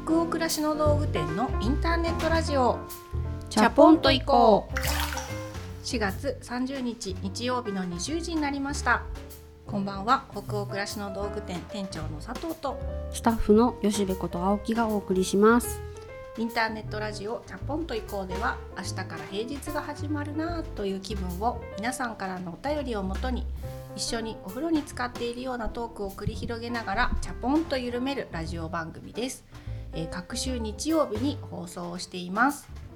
北欧暮らしの道具店のインターネットラジオチャポンと行こう。 4月30日日曜日の20時になりました。こんばんは。北欧暮らしの道具店店長の佐藤とスタッフの吉部こと青木がお送りします。 インターネットラジオチャポンと行こうでは、明日から平日が始まるなという気分を皆さんからのお便りをもとに、一緒にお風呂に浸かっているようなトークを繰り広げながらチャポンと緩めるラジオ番組です。各週日曜日に放送をしています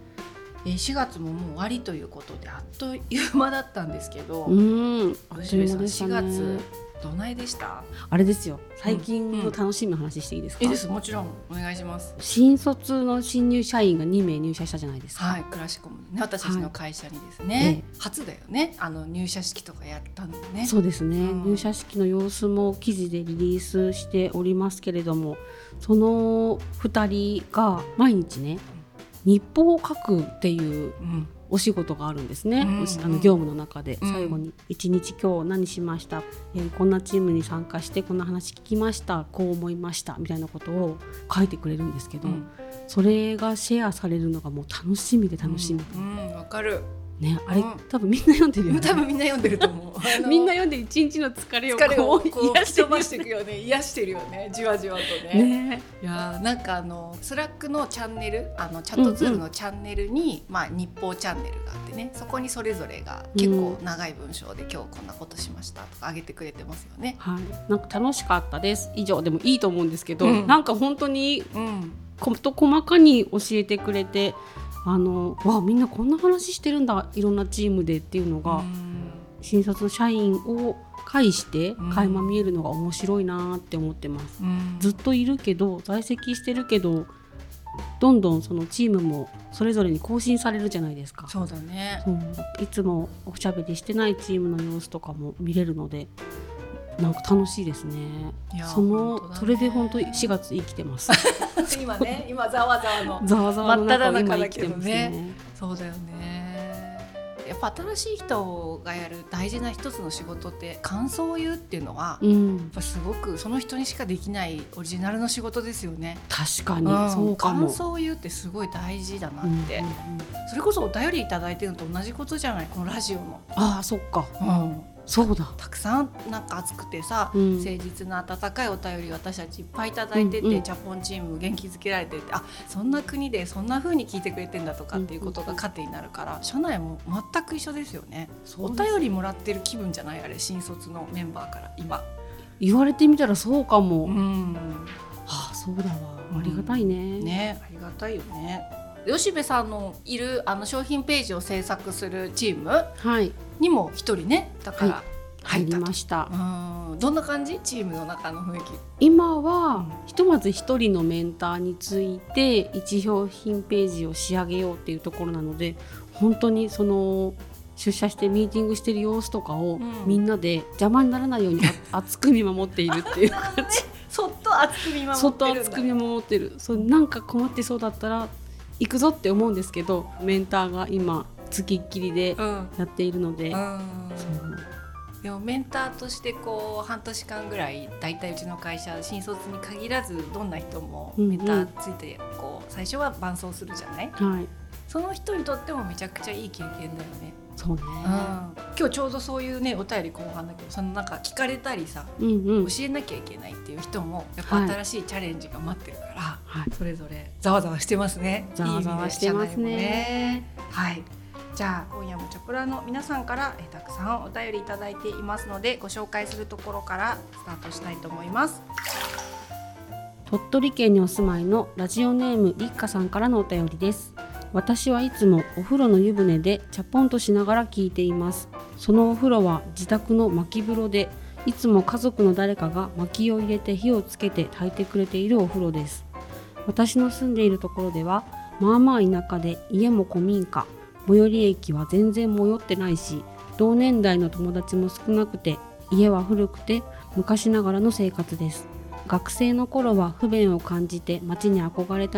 。4月ももう終わりということで、あっという間だったんですけど、吉部さん4月どないでした？ あれですよ、最近の楽しみの話していいですか？ いいです、もちろんお願いします。 新卒の新入社員が2名入社したじゃないですか。 はい、クラシコムね、私たちの会社にですね、初だよね、入社式とかやったのね。 そうですね、入社式の様子も記事でリリースしておりますけれども、その2人が毎日ね、日報を書くっていうお仕事があるんですね、業務の中で最後に1日今日何しました、こんなチームに参加してこんな話聞きました、こう思いましたみたいなことを書いてくれるんですけど、それがシェアされるのがもう楽しみで楽しみで、 わかるね、あれ、多分みんな読んでるよね。 多分みんな読んでると思うみんな読んで一日の疲れをこう癒して飛ばしていくよね。癒してるよね、じわじわとね。いや、なんかスラックのチャンネル、チャットツールのチャンネルに、日報チャンネルがあってね、そこにそれぞれが結構長い文章で、今日こんなことしましたとか上げてくれてますよね。 はい、なんか楽しかったです以上でもいいと思うんですけど、なんか本当に事細かに教えてくれて、みんなこんな話してるんだ、いろんなチームでっていうのが、新卒の社員を介して垣間見えるのが面白いなって思ってます。ずっといるけど、在籍してるけど、どんどんそのチームもそれぞれに更新されるじゃないですか。 そうだね。 いつもおしゃべりしてないチームの様子とかも見れるので、なんか楽しいですね。それで本当に4月生きてます今ざわざわの真っ只中だけどね。そうだよね。やっぱ新しい人がやる大事な一つの仕事って、感想を言うっていうのは、やっぱすごくその人にしかできないオリジナルの仕事ですよね。 確かに、そうかも。 感想を言うってすごい大事だなって、それこそお便りいただいてるのと同じことじゃない、このラジオの。 ああ、そっか、そうだ。 たくさんなんか熱くてさ、誠実な温かいお便り私たちいっぱいいただいてて、ジャポンチーム元気づけられてて、そんな国でそんな風に聞いてくれてんだとかっていうことが糧になるから、社内も全く一緒ですよね。お便りもらってる気分じゃない？あれ、新卒のメンバーから今言われてみたらそうかも。そうだわ、ありがたいね。 ありがたいよね。吉部さんのいる商品ページを制作するチームにも一人ね、だから入りました。 どんな感じ？チームの中の雰囲気。 今はひとまず一人のメンターについて1商品ページを仕上げようっていうところなので、本当にその出社してミーティングしてる様子とかを、みんなで邪魔にならないように熱く見守っているっていう感じそっと熱く見守ってるんだ。 そっと熱く見守ってる。なんか困ってそうだったら行くぞって思うんですけど、メンターが今付きっきりでやっているので、 でもメンターとしてこう半年間ぐらい、だいたいうちの会社新卒に限らずどんな人もメンターついてこう最初は伴走するじゃない、その人にとってもめちゃくちゃいい経験だよね。 そうね、 今日ちょうどそういうねお便り後半だけど、そのなんか聞かれたりさ、教えなきゃいけないっていう人もやっぱ新しいチャレンジが待ってるから、それぞれざわざわしてますね。 ざわざわしてますね。 はい、じゃあ今夜もチョプラの皆さんからたくさんお便りいただいていますので、ご紹介するところからスタートしたいと思います。 鳥取県にお住まいのラジオネームりっかさんからのお便りです。私はいつもお風呂の湯船でチャポンとしながら聞いています。そのお風呂は自宅の薪風呂で、いつも家族の誰かが薪を入れて火をつけて炊いてくれているお風呂です。私の住んでいるところではまあまあ田舎で、家も古民家、最寄り駅は全然最寄ってないし、同年代の友達も少なくて、家は古くて昔ながらの生活です。学生の頃は不便を感じて街に憧れたり、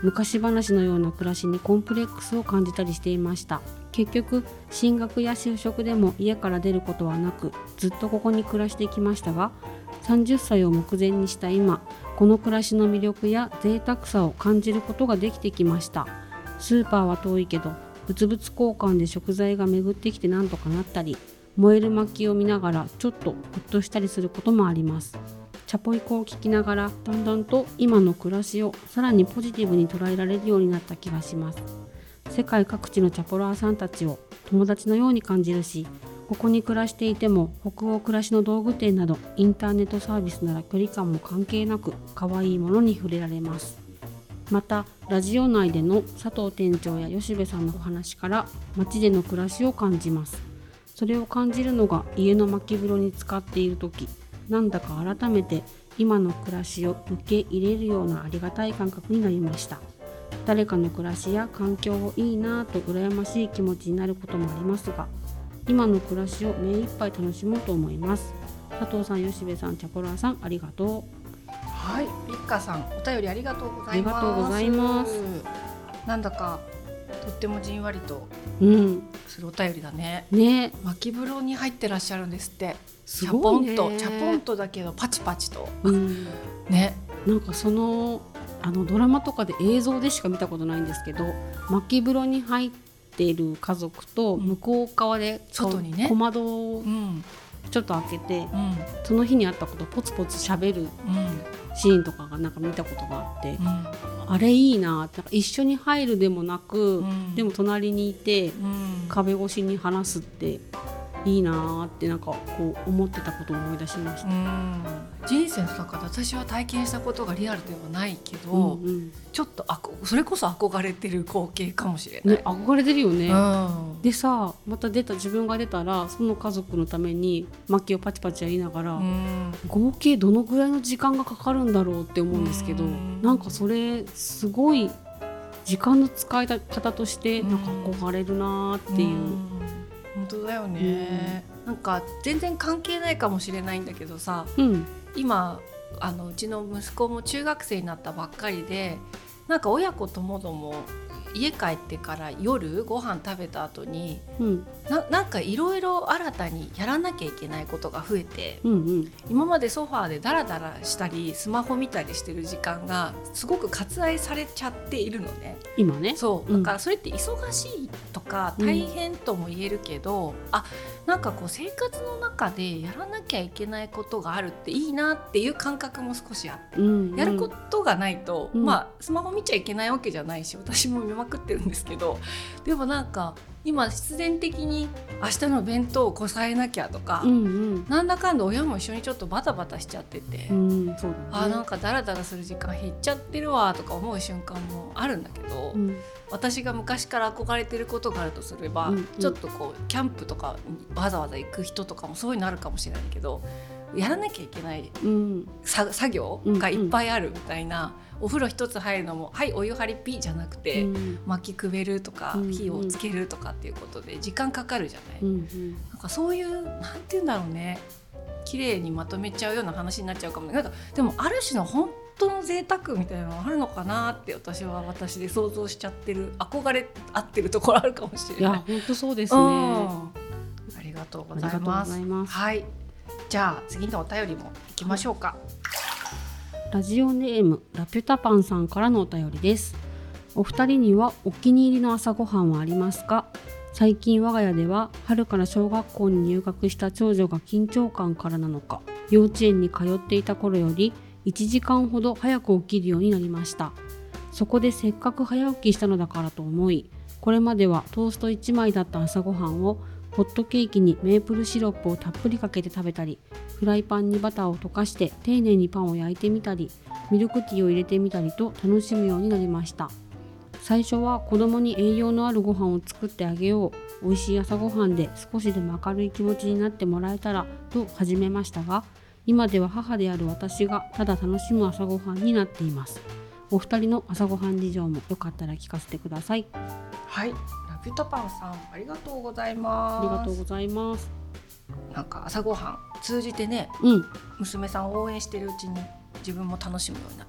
昔話のような暮らしにコンプレックスを感じたりしていました。結局進学や就職でも家から出ることはなく、ずっとここに暮らしてきましたが、30歳を目前にした今、この暮らしの魅力や贅沢さを感じることができてきました。スーパーは遠いけど物々交換で食材が巡ってきてなんとかなったり、燃える薪を見ながらちょっとほっとしたりすることもあります。チャポイコを聞きながら、だんだんと今の暮らしをさらにポジティブに捉えられるようになった気がします。世界各地のチャポラーさんたちを友達のように感じるし、ここに暮らしていても北欧暮らしの道具店などインターネットサービスなら距離感も関係なく可愛いものに触れられます。またラジオ内での佐藤店長や吉部さんのお話から街での暮らしを感じます。それを感じるのが家の薪風呂に浸かっている時、なんだか改めて今の暮らしを受け入れるようなありがたい感覚になりました。誰かの暮らしや環境をいいなぁと羨ましい気持ちになることもありますが、今の暮らしを目いっぱい楽しもうと思います。佐藤さん、吉部さん、チャポラーさん、ありがとう。 はい、リッカさん、お便りありがとうございます。 ありがとうございます。 なんだかとってもじんわりとするお便りだね。薪風呂に入ってらっしゃるんですって。 すごいね。 チャポンとだけどパチパチと、 ね、なんかそのドラマとかで映像でしか見たことないんですけど、薪風呂に入っている家族と向こう側で外にね小窓をちょっと開けて、その日にあったことをポツポツ喋るシーンとかがなんか見たことがあって、あれいいなって、一緒に入るでもなく、でも隣にいて、壁越しに話すっていいなってなんかこう思ってたことを思い出しました。 人生の中で私は体験したことがリアルではないけど、ちょっとそれこそ憧れてる光景かもしれない、 憧れてるよね、でさ、また自分が出たらその家族のために薪をパチパチやりながら、合計どのぐらいの時間がかかるんだろうって思うんですけど、なんかそれすごい時間の使い方としてなんか憧れるなっていう、 本当だよね、なんか全然関係ないかもしれないんだけどさ、今うちの息子も中学生になったばっかりで、なんか親子ともども家帰ってから夜ご飯食べた後に、なんかいろいろ新たにやらなきゃいけないことが増えて、今までソファーでダラダラしたりスマホ見たりしてる時間がすごく割愛されちゃっているのね今ね。 そうだからそれって忙しいとか大変とも言えるけど、なんかこう生活の中でやらなきゃいけないことがあるっていいなっていう感覚も少しあって、やることがないと、スマホ見ちゃいけないわけじゃないし、私も見まくってるんですけど、でもなんか今必然的に明日の弁当をこさえなきゃとか、なんだかんだ親も一緒にちょっとバタバタしちゃってて、そうだね、なんかダラダラする時間減っちゃってるわとか思う瞬間もあるんだけど、私が昔から憧れてることがあるとすれば、ちょっとこうキャンプとかわざわざ行く人とかもそういうのあるかもしれないけど、やらなきゃいけない、作業がいっぱいあるみたいな、お風呂一つ入るのもはいお湯張りピーじゃなくて、薪くべるとか、火をつけるとかっていうことで時間かかるじゃない、なんかそういうなんて言うんだろうね、綺麗にまとめちゃうような話になっちゃうかも、なんかでもある種の本当の贅沢みたいなのがあるのかなって私は私で想像しちゃってる、憧れ合ってるところあるかもしれない。 いや本当そうですね、 ありがとうございます。はい、じゃあ次のお便りもいきましょうか。 ラジオネームラピュタパンさんからのお便りです。お二人にはお気に入りの朝ごはんはありますか？最近我が家では春から小学校に入学した長女が緊張感からなのか、幼稚園に通っていた頃より1時間ほど早く起きるようになりました。そこでせっかく早起きしたのだからと思い、これまではトースト1枚だった朝ごはんをホットケーキにメープルシロップをたっぷりかけて食べたり、フライパンにバターを溶かして丁寧にパンを焼いてみたり、ミルクティーを入れてみたりと楽しむようになりました。最初は子供に栄養のあるご飯を作ってあげよう、美味しい朝ごはんで少しでも明るい気持ちになってもらえたらと始めましたが、今では母である私がただ楽しむ朝ごはんになっています。お二人の朝ごはん事情もよかったら聞かせてください。 はい、ラピュタパンさんありがとうございます。 ありがとうございます。 なんか朝ごはん通じてね、娘さんを応援してるうちに自分も楽しむようになったって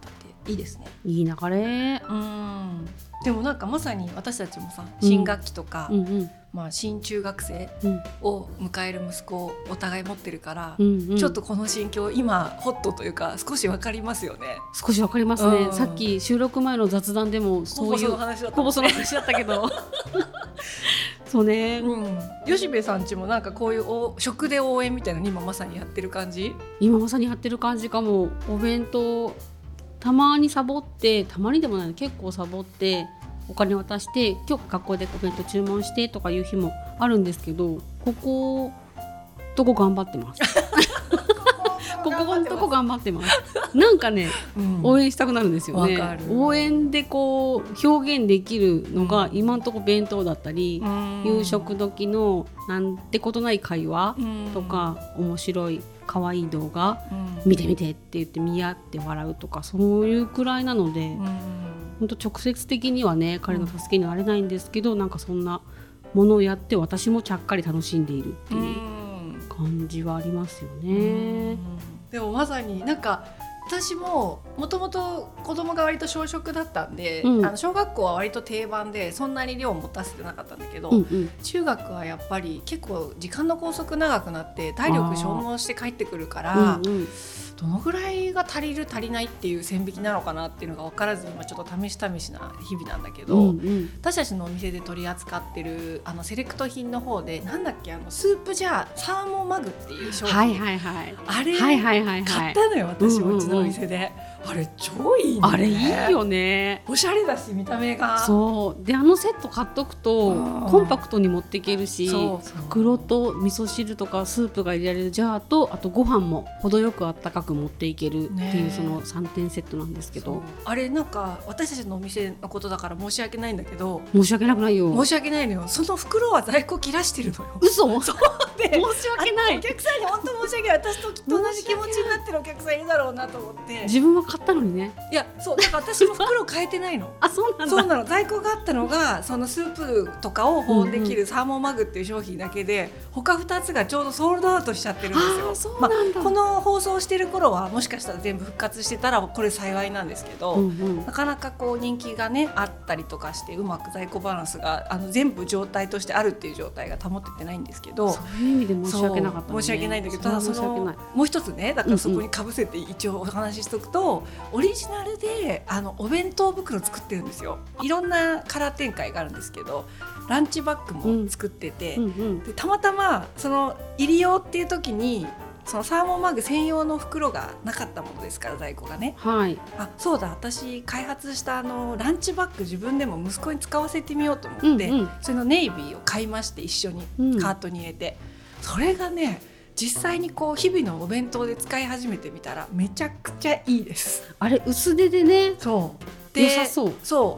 いいですね。 いい流れ。 でもなんかまさに私たちもさ、新学期とか、新中学生を迎える息子をお互い持ってるから、ちょっとこの心境今ホットというか少し分かりますよね。 少し分かりますね、さっき収録前の雑談でもそういうほぼその話だったけどそうね、 吉部さんちもなんかこういう食で応援みたいなの今まさにやってる感じ？ 今まさにやってる感じかも。お弁当たまにサボって、たまにでもないの、結構サボってお金渡して、今日学校でお弁当注文してとかいう日もあるんですけど、ここ頑張ってますここのとこ頑張ってますなんかね、応援したくなるんですよね。応援でこう表現できるのが、今のとこ弁当だったり、夕食時のなんてことない会話とか、面白い可愛い動画、見て見てって言って見合って笑うとか、そういうくらいなので、本当直接的にはね彼の助けになれないんですけど、なんかそんなものをやって私もちゃっかり楽しんでいるっていう感じはありますよね。 でもまさになんか私ももともと子供が割と小食だったんで、小学校は割と定番でそんなに量持たせてなかったんだけど、中学はやっぱり結構時間の拘束長くなって体力消耗して帰ってくるから、どのぐらいが足りる足りないっていう線引きなのかなっていうのが分からずに、今ちょっと試しな日々なんだけど、私たちのお店で取り扱ってるセレクト品の方でなんだっけ、スープジャーサーモンマグっていう商品、あれ買ったのよ私もうちのお店で。あれ超いいね。 あれいいよね。 おしゃれだし見た目が。 そうで、セット買っとくとコンパクトに持っていけるし、袋と味噌汁とかスープが入れられるジャーと、あとご飯も程よくあったかく持っていけるっていう、その3点セットなんですけど、 あれなんか私たちのお店のことだから申し訳ないんだけど、 申し訳なくないよ。 申し訳ないのよ。その袋は在庫切らしてるのよ。 嘘？ そうで申し訳ない。 お客さんに本当申し訳ない。私ときっと同じ気持ちになってるお客さんいるだろうなと思って。 自分は買ったのにね。 いや、そうだから私も袋変えてないのあ、そうなんだ。 そうなの。在庫があったのがそのスープとかを保温できるサーモンマグっていう商品だけで、他2つがちょうどソールドアウトしちゃってるんですよ。 そうなんだ。 この放送してる頃はもしかしたら全部復活してたらこれ幸いなんですけど、なかなかこう人気がねあったりとかして、うまく在庫バランスが全部状態としてあるっていう状態が保ててないんですけど、 そういう意味で申し訳なかったね。 申し訳ないんだけど、ただそのもう一つね、だからそこに被せて一応お話ししとくと、オリジナルでお弁当袋作ってるんですよ。いろんなカラー展開があるんですけど、ランチバッグも作ってて、でたまたまその入り用っていう時にそのサーモンマグ専用の袋がなかったものですから、在庫がね、あ、そうだ、私開発したランチバッグ自分でも息子に使わせてみようと思って、それのネイビーを買いまして、一緒にカートに入れて、それがね実際にこう日々のお弁当で使い始めてみたらめちゃくちゃいいです。 あれ薄手でね、 そう良さそう。 そう、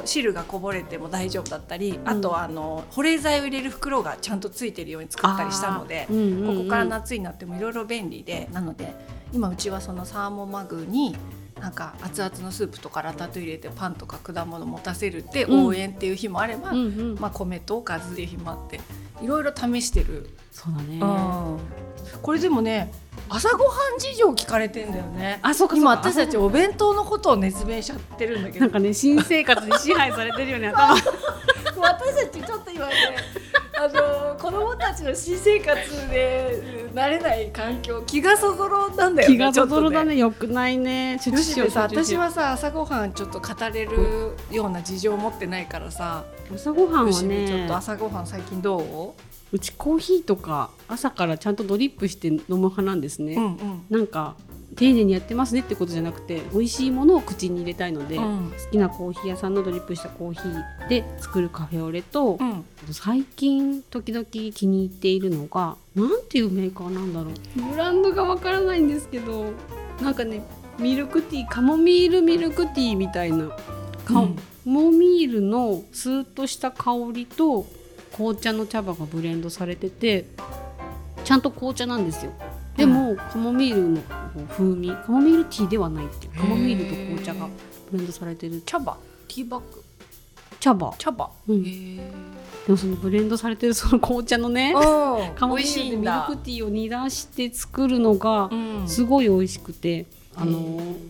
汁がこぼれても大丈夫だったり、あと保冷剤を入れる袋がちゃんとついてるように作ったりしたので、ここから夏になってもいろいろ便利で、なので今うちはそのサーモンマグになんか熱々のスープとかラタトゥイレでパンとか果物持たせるって応援っていう日もあれば、米とおかずっていう日もあって、いろいろ試してる。 そうだね。 これでもね、朝ごはん事情聞かれてんだよね。 あ、そうか。 今私たちお弁当のことを熱弁しちゃってるんだけど、 なんかね、新生活に支配されてるよね頭私たちちょっと今ね子供たちの新生活で慣れない環境、気がそぞろなんだよね。 気がそぞろだね。よくないね。 私はさ、朝ごはんちょっと語れるような事情を持ってないからさ、 朝ごはんはね、 ちょっと朝ごはん最近どう？ うちコーヒーとか朝からちゃんとドリップして飲む派なんですね。なんか丁寧にやってますねってことじゃなくて、美味しいものを口に入れたいので、好きなコーヒー屋さんのドリップしたコーヒーで作るカフェオレと、最近時々気に入っているのが、なんていうメーカーなんだろう、ブランドがわからないんですけど、なんかね、ミルクティー、カモミールミルクティーみたいな、カモミールのスーッとした香りと紅茶の茶葉がブレンドされてて、ちゃんと紅茶なんですよ。でも、カモミールの風味、カモミールティーではないっていう、カモミールと紅茶がブレンドされてる茶葉、ティーバッグ、 茶葉、 でもそのブレンドされてるその紅茶のね、カモミールでミルクティーを煮出して作るのがすごい美味しくて、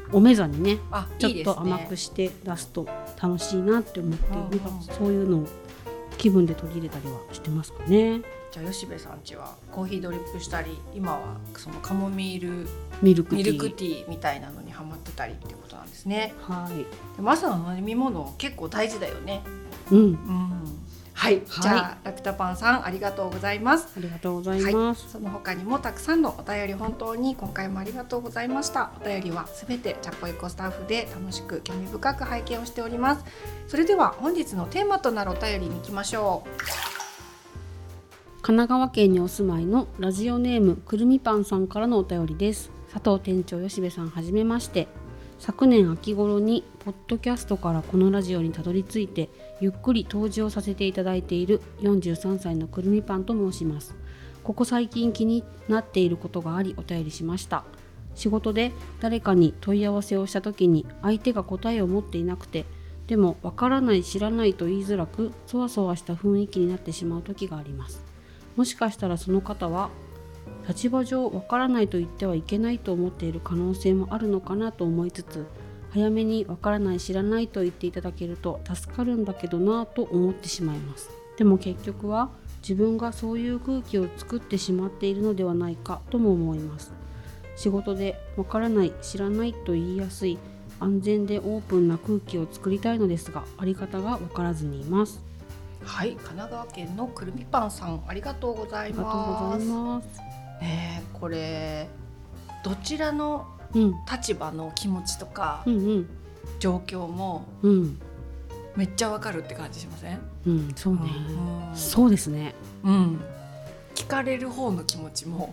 お目ざにねちょいいですね、 っと甘くして出すと楽しいなって思って、 うんうん、 なんかそういうのを気分で取り入れたりはしてますかね。 じゃあ吉部さんちはコーヒードリップしたり、今はそのカモミールミルクティーみたいなのにハマってたりってことなんですね。 はい。 でも朝の飲み物結構大事だよね。 うん、 はい、じゃあラピュタパンさんありがとうございます。 ありがとうございます、 その他にもたくさんのお便り本当に今回もありがとうございました。お便りはすべてチャポエコスタッフで楽しく興味深く拝見をしております。それでは本日のテーマとなるお便りに行きましょう。 神奈川県にお住まいのラジオネームくるみパンさんからのお便りです。佐藤店長、吉部さん、はじめまして。昨年秋頃にポッドキャストからこのラジオにたどり着いてゆっくり登場させていただいている43歳のくるみパンと申します。ここ最近気になっていることがありお便りしました。仕事で誰かに問い合わせをした時に相手が答えを持っていなくて、でもわからない知らないと言いづらくそわそわした雰囲気になってしまう時があります。もしかしたらその方は立場上わからないと言ってはいけないと思っている可能性もあるのかなと思いつつ、早めにわからない知らないと言っていただけると助かるんだけどなと思ってしまいます。でも結局は自分がそういう空気を作ってしまっているのではないかとも思います。仕事でわからない知らないと言いやすい安全でオープンな空気を作りたいのですが、あり方がわからずにいます。 はい、神奈川県のくるみパンさんありがとうございます。 ありがとうございます。 これどちらの立場の気持ちとか、状況もめっちゃわかるって感じしません？ そうね、そうですね、 聞かれる方の気持ちも、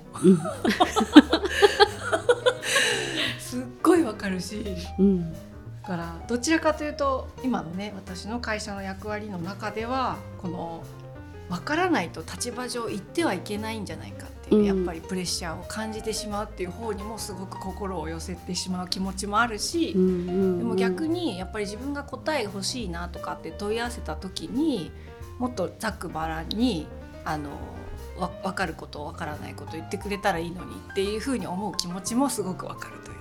すっごいわかるし、だからどちらかというと今のね私の会社の役割の中ではこのわからないと立場上言ってはいけないんじゃないかっていう、やっぱりプレッシャーを感じてしまうっていう方にもすごく心を寄せてしまう気持ちもあるし、でも逆にやっぱり自分が答え欲しいなとかって問い合わせた時にもっとざっくばらんに分かること分からないこと言ってくれたらいいのにっていうふうに思う気持ちもすごく分かるという、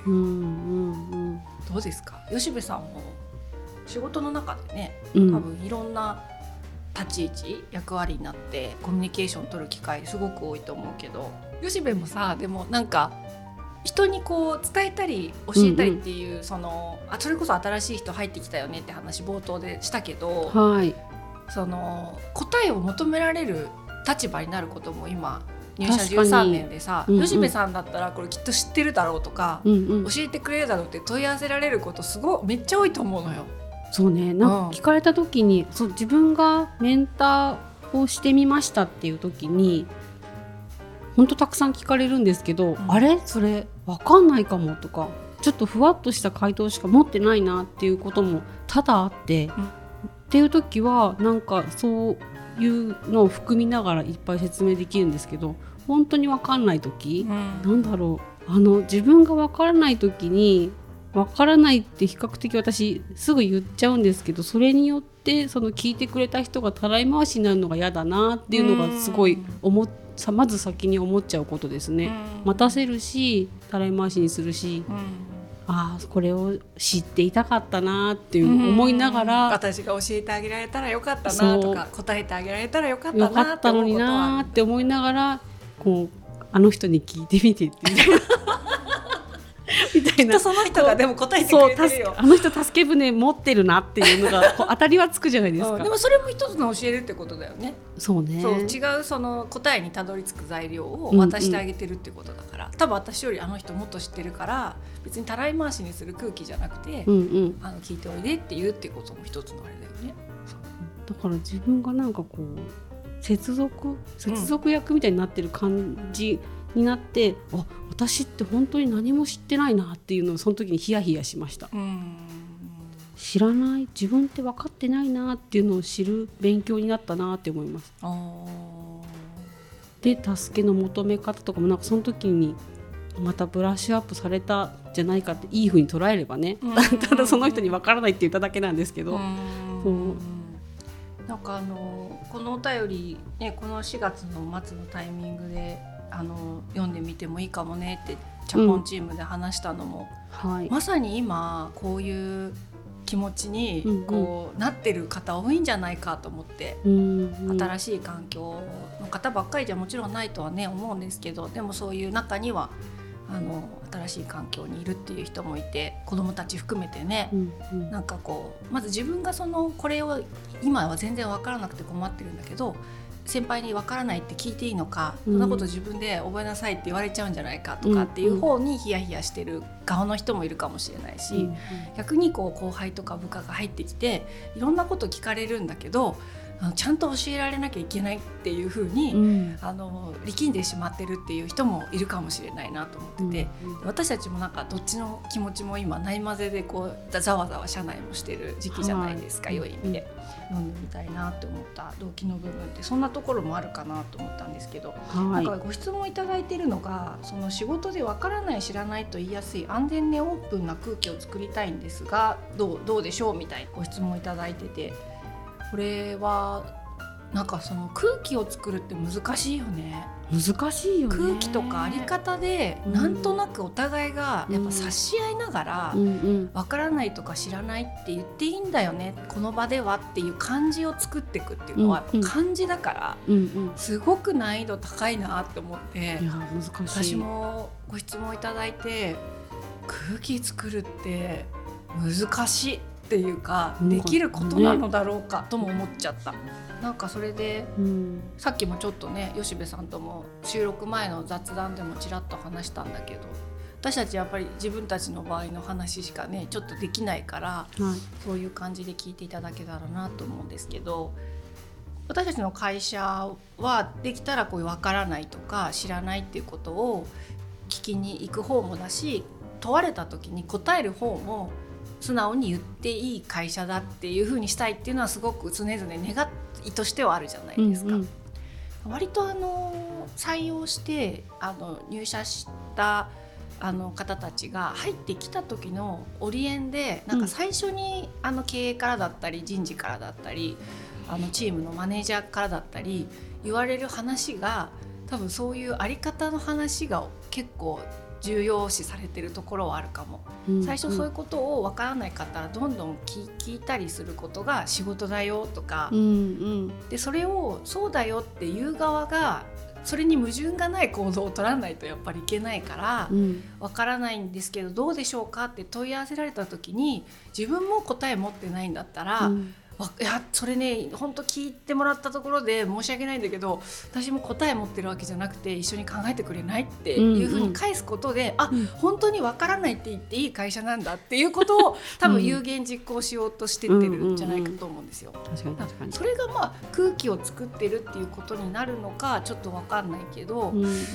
どうですか吉部さんも仕事の中でね、多分いろんな立ち位置役割になってコミュニケーションを取る機会すごく多いと思うけど、吉部もさでもなんか人にこう伝えたり教えたりっていう、それこそ新しい人入ってきたよねって話冒頭でしたけど、その答えを求められる立場になることも今入社13年でさ、吉部さんだったらこれきっと知ってるだろうとか、教えてくれるだろうって問い合わせられることすごいめっちゃ多いと思うのよ。 そうね、なんか聞かれた時に、自分がメンターをしてみましたっていう時に本当たくさん聞かれるんですけど、あれそれ分かんないかもとか、ちょっとふわっとした回答しか持ってないなっていうことも多々あって、っていう時はなんかそういうのを含みながらいっぱい説明できるんですけど、本当に分かんない時、なんだろう、自分が分からない時に分からないって比較的私すぐ言っちゃうんですけど、それによってその聞いてくれた人がたらい回しになるのが嫌だなっていうのがすごいまず先に思っちゃうことですね。待たせるしたらい回しにするし、これを知っていたかったなっていう思いながら、 私が教えてあげられたらよかったなとか答えてあげられたらよかったなって思うことはある。よかったのになって思いながら、こうあの人に聞いてみてってみたいな、 きっとその人がでも答えてくれてるよ。 あの人助け舟持ってるなっていうのが当たりはつくじゃないですか。 でもそれも一つの教えるってことだよね。 そうね。 違うその答えにたどり着く材料を渡してあげてるってことだから、多分私よりあの人もっと知ってるから別にたらい回しにする空気じゃなくて、聞いておいでって言うってことも一つのあれだよね。 だから自分がなんかこう接続役みたいになってる感じになって、私って本当に何も知ってないなっていうのをその時にヒヤヒヤしました。知らない、自分って分かってないなっていうのを知る勉強になったなって思います。で助けの求め方とかもなんかその時にまたブラッシュアップされたじゃないかっていい風に捉えればね、ただその人に分からないって言っただけなんですけど、 なんかこのお便り、ね、この4月の末のタイミングで読んでみてもいいかもねってチャポンチームで話したのも、 はい、 まさに今こういう気持ちにこうなってる方多いんじゃないかと思って、新しい環境の方ばっかりじゃもちろんないとはね思うんですけど、でもそういう中には新しい環境にいるっていう人もいて、子どもたち含めてね、なんかこうまず自分がこれを今は全然分からなくて困ってるんだけど、先輩に分からないって聞いていいのか、そんなこと自分で覚えなさいって言われちゃうんじゃないかとかっていう方にヒヤヒヤしてる側の人もいるかもしれないし、逆にこう後輩とか部下が入ってきていろんなこと聞かれるんだけど、ちゃんと教えられなきゃいけないっていう風に、力んでしまってるっていう人もいるかもしれないなと思ってて、私たちもなんかどっちの気持ちも今ないまぜでこうざわざわ社内もしてる時期じゃないですか、良い意味で。読んでみたいなって思った動機の部分ってそんなところもあるかなと思ったんですけど、なんかご質問いただいているのが、その仕事でわからない知らないと言いやすい安全でオープンな空気を作りたいんですがどうでしょうみたいなご質問いただいてて、これはなんかその空気を作るって難しいよね。 難しいよね。 空気とかあり方でなんとなくお互いがやっぱ察し合いながら、わからないとか知らないって言っていいんだよねこの場ではっていう感じを作っていくっていうのは漢字だから、すごく難易度高いなって思って、 いや難しい。 私もご質問いただいて、空気作るって難しいっていうか、できることなのだろうかとも思っちゃった。なんかそれで、さっきもちょっとね吉部さんとも収録前の雑談でもちらっと話したんだけど、私たちやっぱり自分たちの場合の話しかねちょっとできないから、そういう感じで聞いていただけたらなと思うんですけど、私たちの会社はできたらこういう分からないとか知らないっていうことを聞きに行く方もだし、問われた時に答える方も素直に言っていい会社だっていう風にしたいっていうのはすごく常々願いとしてはあるじゃないですか。割と採用して入社した方たちが入ってきた時のオリエンでなんか最初に経営からだったり人事からだったりチームのマネージャーからだったり言われる話が、多分そういうあり方の話が結構重要視されてるところはあるかも。最初そういうことを分からない方はどんどん聞いたりすることが仕事だよとか、でそれをそうだよっていう側がそれに矛盾がない行動を取らないとやっぱりいけないから、分からないんですけどどうでしょうかって問い合わせられた時に、自分も答え持ってないんだったら、いやそれね本当聞いてもらったところで申し訳ないんだけど、私も答え持ってるわけじゃなくて一緒に考えてくれないっていうふうに返すことで、本当に分からないって言っていい会社なんだっていうことを多分有言実行しようとしてってるんじゃないかと思うんですよ。確かにそれが空気を作ってるっていうことになるのかちょっと分かんないけど、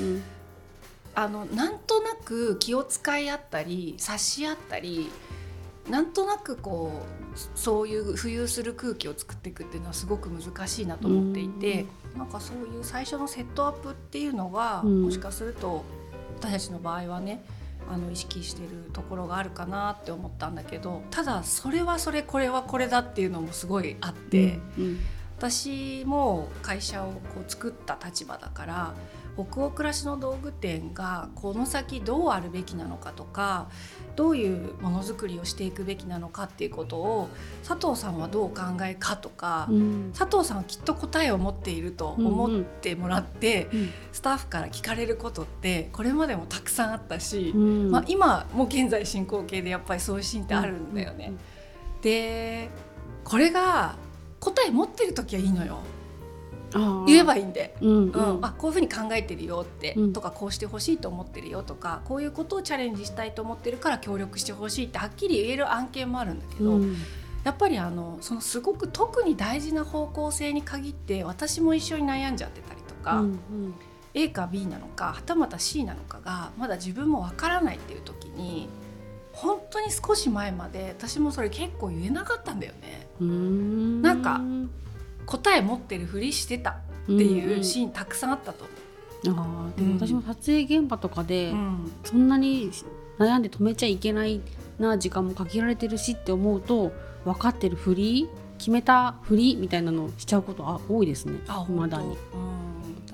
なんとなく気を使い合ったり察し合ったり、なんとなくこうそういう浮遊する空気を作っていくっていうのはすごく難しいなと思っていて、なんかそういう最初のセットアップっていうのが、もしかすると私たちの場合はね意識してるところがあるかなって思ったんだけど、ただそれはそれこれはこれだっていうのもすごいあって、私も会社をこう作った立場だから、北欧暮らしの道具店がこの先どうあるべきなのかとか、どういうものづくりをしていくべきなのかっていうことを佐藤さんはどうお考えかとか、佐藤さんはきっと答えを持っていると思ってもらって、スタッフから聞かれることってこれまでもたくさんあったし、今も現在進行形でやっぱりそういうシーンってあるんだよね。でこれが答え持ってる時はいいのよ。言えばいいんで、こういうふうに考えてるよって、とかこうしてほしいと思ってるよとか、こういうことをチャレンジしたいと思ってるから協力してほしいってはっきり言える案件もあるんだけど、やっぱりそのすごく特に大事な方向性に限って私も一緒に悩んじゃってたりとか、A か B なのかはたまた C なのかがまだ自分もわからないっていう時に、本当に少し前まで私もそれ結構言えなかったんだよね。なんか答え持ってるふりしてたっていうシーンたくさんあったと思う。 でも私も撮影現場とかで、そんなに悩んで止めちゃいけないな時間も限られてるしって思うと、分かってるふり決めたふりみたいなのをしちゃうこと多いですね。未だに。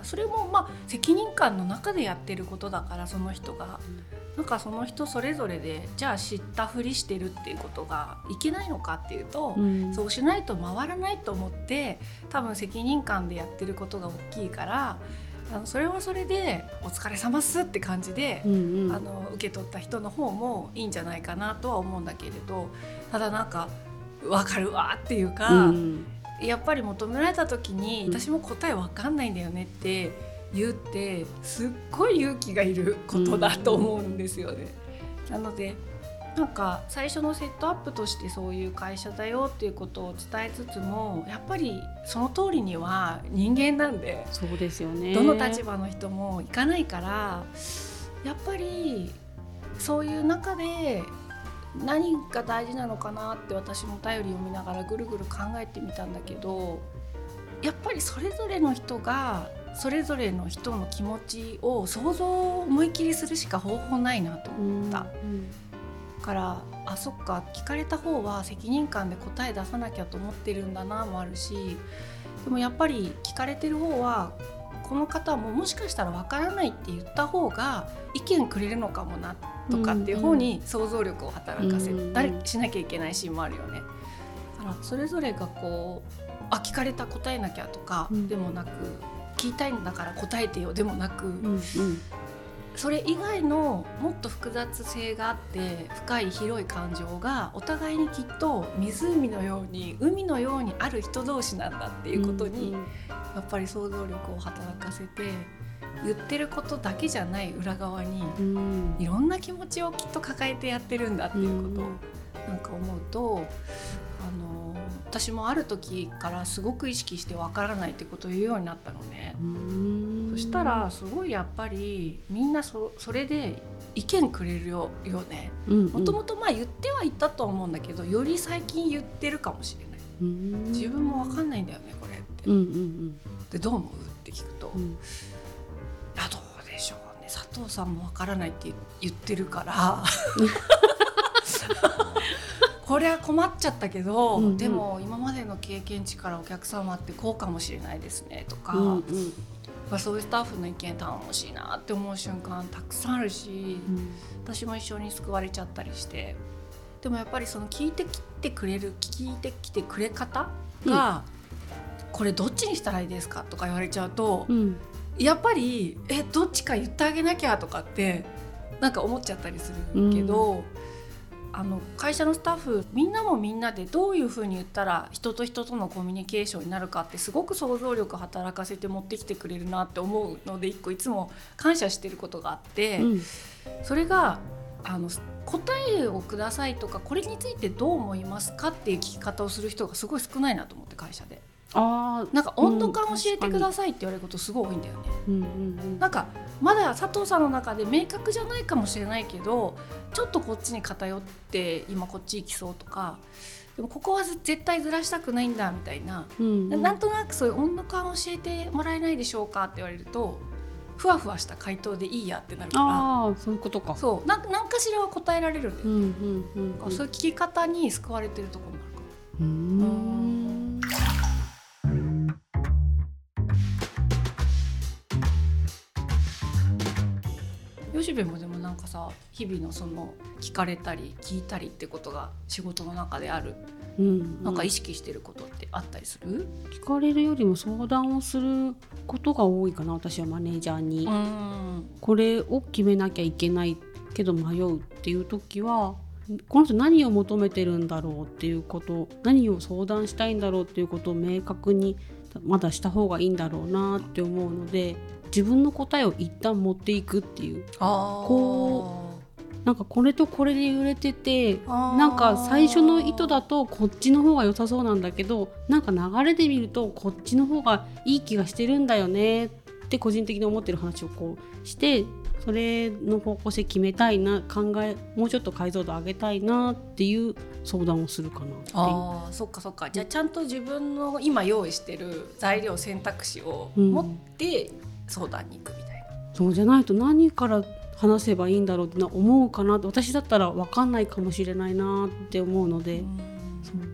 それもまあ責任感の中でやってることだから、その人がなんかその人それぞれでじゃあ知ったふりしてるっていうことがいけないのかっていうと、そうしないと回らないと思って多分責任感でやってることが大きいから、それはそれでお疲れ様っすって感じで、受け取った人の方もいいんじゃないかなとは思うんだけれど、ただなんか分かるわっていうか、やっぱり求められた時に私も答え分かんないんだよねって言うってすっごい勇気がいることだと思うんですよね。なのでなんか最初のセットアップとしてそういう会社だよっていうことを伝えつつも、やっぱりその通りには人間なんで、 そうですよね、 どの立場の人もいかないから、やっぱりそういう中で何が大事なのかなって私もお便りを見ながらぐるぐる考えてみたんだけど、やっぱりそれぞれの人がそれぞれの人の気持ちを想像を思い切りするしか方法ないなと思った、から、あ、そっか、聞かれた方は責任感で答え出さなきゃと思ってるんだなもあるし、でもやっぱり聞かれてる方はこの方ももしかしたらわからないって言った方が意見くれるのかもなとかっていう方に想像力を働かせたりしなきゃいけないシーンもあるよね。だからそれぞれがこう、聞かれた答えなきゃとかでもなく、聞いたいんだから答えてよでもなく、それ以外のもっと複雑性があって深い広い感情がお互いにきっと湖のように海のようにある人同士なんだっていうことに、やっぱり想像力を働かせて、言ってることだけじゃない裏側にいろんな気持ちをきっと抱えてやってるんだっていうことをなんか思うと、私もある時からすごく意識してわからないってことを言うようになったのね。そしたらすごいやっぱりみんな それで意見くれるよね。もともと言ってはいたとは思うんだけど、より最近言ってるかもしれない。自分もわかんないんだよねこれって、でどう思うって聞くと、どうでしょうね、佐藤さんもわからないって言ってるからこれは困っちゃったけど、でも今までの経験値からお客様ってこうかもしれないですねとか、そういうスタッフの意見頼もしいなって思う瞬間たくさんあるし、私も一緒に救われちゃったりして、でもやっぱりその聞いてきてくれ方が、これどっちにしたらいいですかとか言われちゃうと、やっぱりどっちか言ってあげなきゃとかってなんか思っちゃったりするけど、会社のスタッフみんなもみんなでどういう風に言ったら人と人とのコミュニケーションになるかってすごく想像力働かせて持ってきてくれるなって思うので、一個いつも感謝してることがあって、それが答えをくださいとかこれについてどう思いますかっていう聞き方をする人がすごい少ないなと思って、会社でなんか温度感教えてくださいって言われることすごい多いんだよね。なんかまだ佐藤さんの中で明確じゃないかもしれないけど、ちょっとこっちに偏って今こっち行きそうとか、でもここは絶対ずらしたくないんだみたいな、なんとなくそういう温度感教えてもらえないでしょうかって言われると、ふわふわした回答でいいやってなるから、 そういうことか。 そうなんかしらは答えられるんだよね。そういう聞き方に救われてるところもあるから。吉部もでもなんかさ、日々のその聞かれたり聞いたりってことが仕事の中である、なんか意識してることってあったりする？ 聞かれるよりも相談をすることが多いかな、私はマネージャーに。これを決めなきゃいけないけど迷うっていう時は、この人何を求めてるんだろうっていうこと、何を相談したいんだろうっていうことを明確にまだした方がいいんだろうなって思うので、自分の答えを一旦持っていくっていう、なんかこれとこれで揺れてて、なんか最初の意図だとこっちの方が良さそうなんだけど、なんか流れで見るとこっちの方がいい気がしてるんだよねって個人的に思ってる話をこうして、それの方向性決めたいな、もうちょっと解像度上げたいなっていう相談をするかなっていう。 そっかそっか。じゃあちゃんと自分の今用意してる材料選択肢を持って相談に行くみたいな、 そうじゃないと何から話せばいいんだろうって思うかなって、私だったら分かんないかもしれないなって思うので、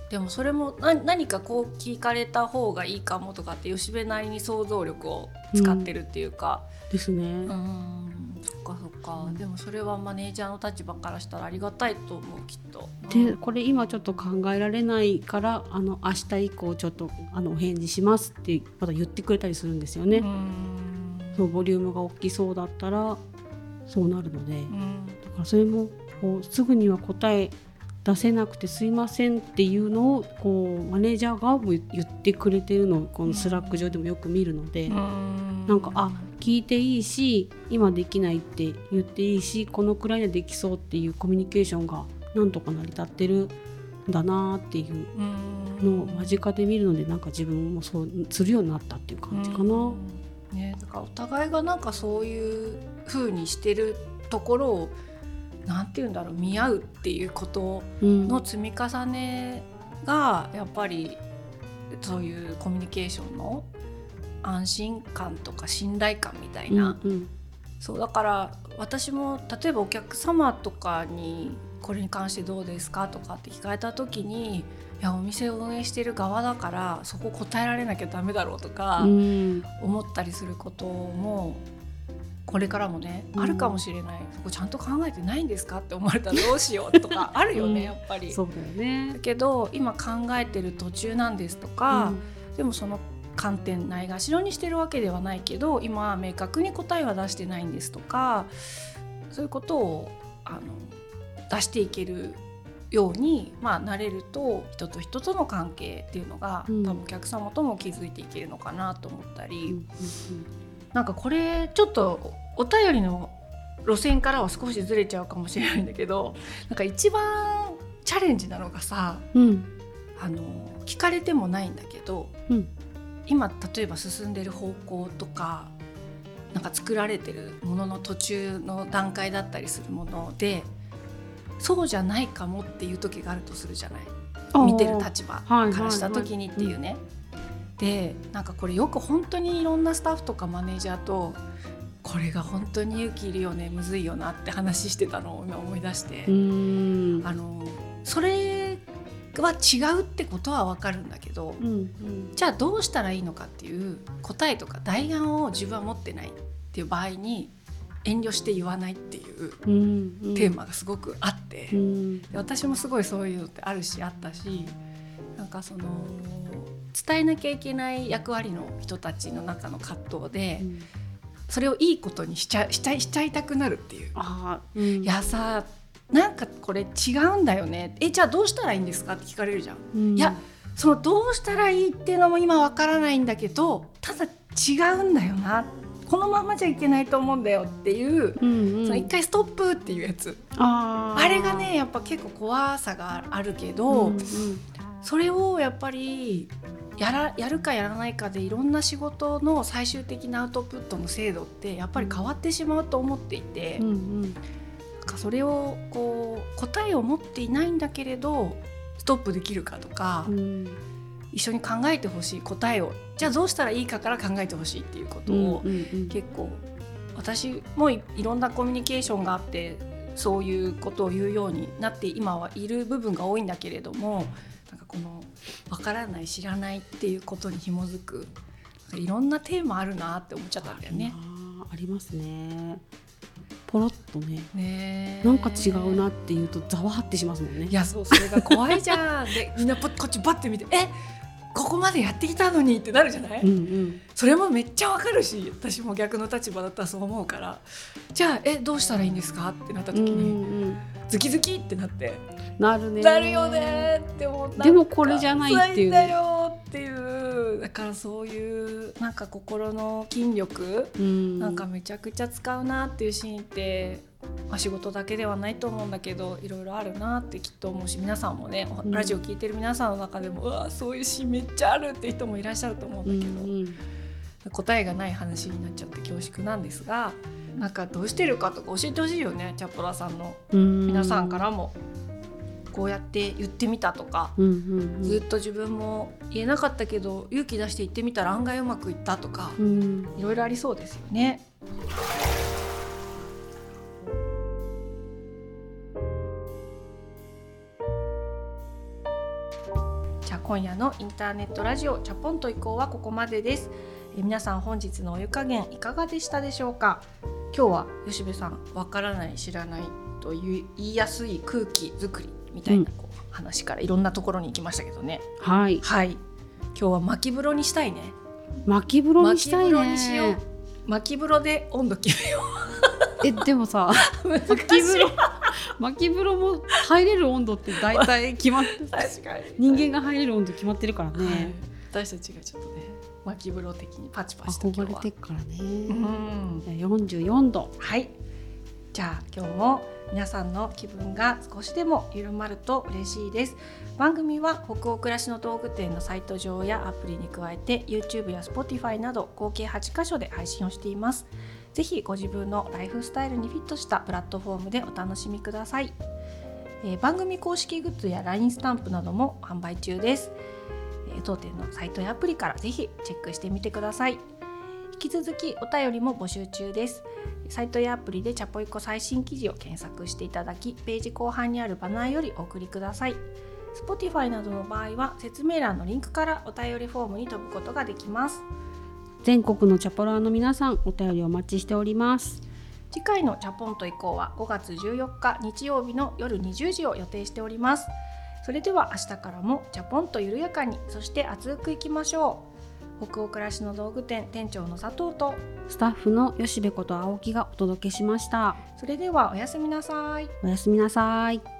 でもそれも何かこう聞かれた方がいいかもとかって吉部なりに想像力を使ってるっていうか、 ですね。 そっかそっか、でもそれはマネージャーの立場からしたらありがたいと思う、きっと。 でこれ今ちょっと考えられないから明日以降ちょっとお返事しますってまた言ってくれたりするんですよね。そうボリュームが大きそうだったらそうなるので、だからそれもこうすぐには答え出せなくてすいませんっていうのをこうマネージャー側も言ってくれてるのをこのスラック上でもよく見るので、なんか聞いていいし今できないって言っていいしこのくらいでできそうっていうコミュニケーションがなんとか成り立ってるんだなっていうのを間近で見るので、なんか自分もそうするようになったっていう感じかな。 ね、だからお互いがなんかそういう風にしてるところをなんて言うんだろう、見合うっていうことの積み重ねがやっぱりそういうコミュニケーションの安心感とか信頼感みたいな、そうだから私も例えばお客様とかにこれに関してどうですかとかって聞かれた時に、いやお店を運営してる側だからそこ答えられなきゃダメだろうとか思ったりすることもこれからもね、あるかもしれない。そこちゃんと考えてないんですかって思われたらどうしようとかあるよね、やっぱり。 そうだよね。 だけど今考えてる途中なんですとか、でもその観点ないがしろにしてるわけではないけど今は明確に答えは出してないんですとか、そういうことを出していけるように、なれると人と人との関係っていうのが、多分お客様とも築いていけるのかなと思ったり、なんかこれちょっとお便りの路線からは少しずれちゃうかもしれないんだけど、なんか一番チャレンジなのがさ、聞かれてもないんだけど、今例えば進んでる方向とかなんか作られてるものの途中の段階だったりするものでそうじゃないかもっていう時があるとするじゃない、見てる立場からした時にっていうね。でなんかこれよく本当にいろんなスタッフとかマネージャーとこれが本当に勇気いるよね、むずいよなって話してたのを今思い出して、それは違うってことは分かるんだけど、じゃあどうしたらいいのかっていう答えとか代案を自分は持ってないっていう場合に遠慮して言わないっていうテーマがすごくあって、で私もすごいそういうのってあるしあったし、なんかその伝えなきゃいけない役割の人たちの中の葛藤で、それをいいことにしちゃいたくなるっていう、いやさなんかこれ違うんだよね、じゃあどうしたらいいんですかって聞かれるじゃん、いやそのどうしたらいいっていうのも今わからないんだけど、ただ違うんだよな、このままじゃいけないと思うんだよっていう、その一回ストップっていうやつ、あれがねやっぱ結構怖さがあるけど、それをやっぱりやるかやらないかでいろんな仕事の最終的なアウトプットの精度ってやっぱり変わってしまうと思っていて、なんかそれをこう答えを持っていないんだけれどストップできるかとか、一緒に考えてほしい答えをじゃあどうしたらいいかから考えてほしいっていうことを、結構私もいろんなコミュニケーションがあってそういうことを言うようになって今はいる部分が多いんだけれども、なんかこの分からない知らないっていうことに紐づくいろんなテーマあるなって思っちゃったんだよね。 ありますね。ポロッと ねなんか違うなっていうとざわってしますもんね。 いやそれが怖いじゃんでみんなこっちバッて見てここまでやってきたのにってなるじゃない、それもめっちゃわかるし、私も逆の立場だったらそう思うから、じゃあどうしたらいいんですかってなった時に、ズキズキってなってなるよねって思った。 でもこれじゃないっていう、 だよっていう、だからそういうなんか心の筋力、なんかめちゃくちゃ使うなっていうシーンって、仕事だけではないと思うんだけどいろいろあるなってきっと思うし、皆さんもね、ラジオ聞いてる皆さんの中でもうわそういうシーンめっちゃあるって人もいらっしゃると思うんだけど、答えがない話になっちゃって恐縮なんですが、なんかどうしてるかとか教えてほしいよね、チャポラさんの皆さんからも。こうやって言ってみたとか、ずっと自分も言えなかったけど勇気出して言ってみたら案外うまくいったとか、いろいろありそうですよね。 ゃあ今夜のインターネットラジオチャポンと移行はここまでです。皆さん本日のお湯加減いかがでしたでしょうか。今日は吉部さんわからない知らないと言いやすい空気作りみたいな話からいろんなところに行きましたけどね。 はい、 はい、今日は巻き風呂にしたいね。 巻き風呂にしたいね。 巻き風呂にしよう。巻き風呂で温度決めようでもさ巻き風呂も入れる温度って大体決まって確かに人間が入れる温度決まってるからね、 はい、私たちがちょっとね巻き風呂的にパチパチと憧れてっからね。 じゃ 44度。 はい、じゃあ今日も皆さんの気分が少しでも緩まると嬉しいです。番組は北欧暮らしの道具店のサイト上やアプリに加えて YouTube や Spotify など合計8カ所で配信をしています。ぜひご自分のライフスタイルにフィットしたプラットフォームでお楽しみください。番組公式グッズや LINE スタンプなども販売中です。当店のサイトやアプリからぜひチェックしてみてください。引き続きお便りも募集中です。サイトやアプリでチャポイコ最新記事を検索していただき、ページ後半にあるバナーよりお送りください。Spotify などの場合は説明欄のリンクからお便りフォームに飛ぶことができます。 全国のチャポラーの皆さん、お便りお待ちしております。 次回のチャポンと移行は5月14日日曜日の夜20時を予定しております。それでは明日からもチャポンと緩やかに、そして熱くいきましょう。北欧暮らしの道具店店長の佐藤とスタッフの吉部こと青木がお届けしました。 それではおやすみなさい。 おやすみなさい。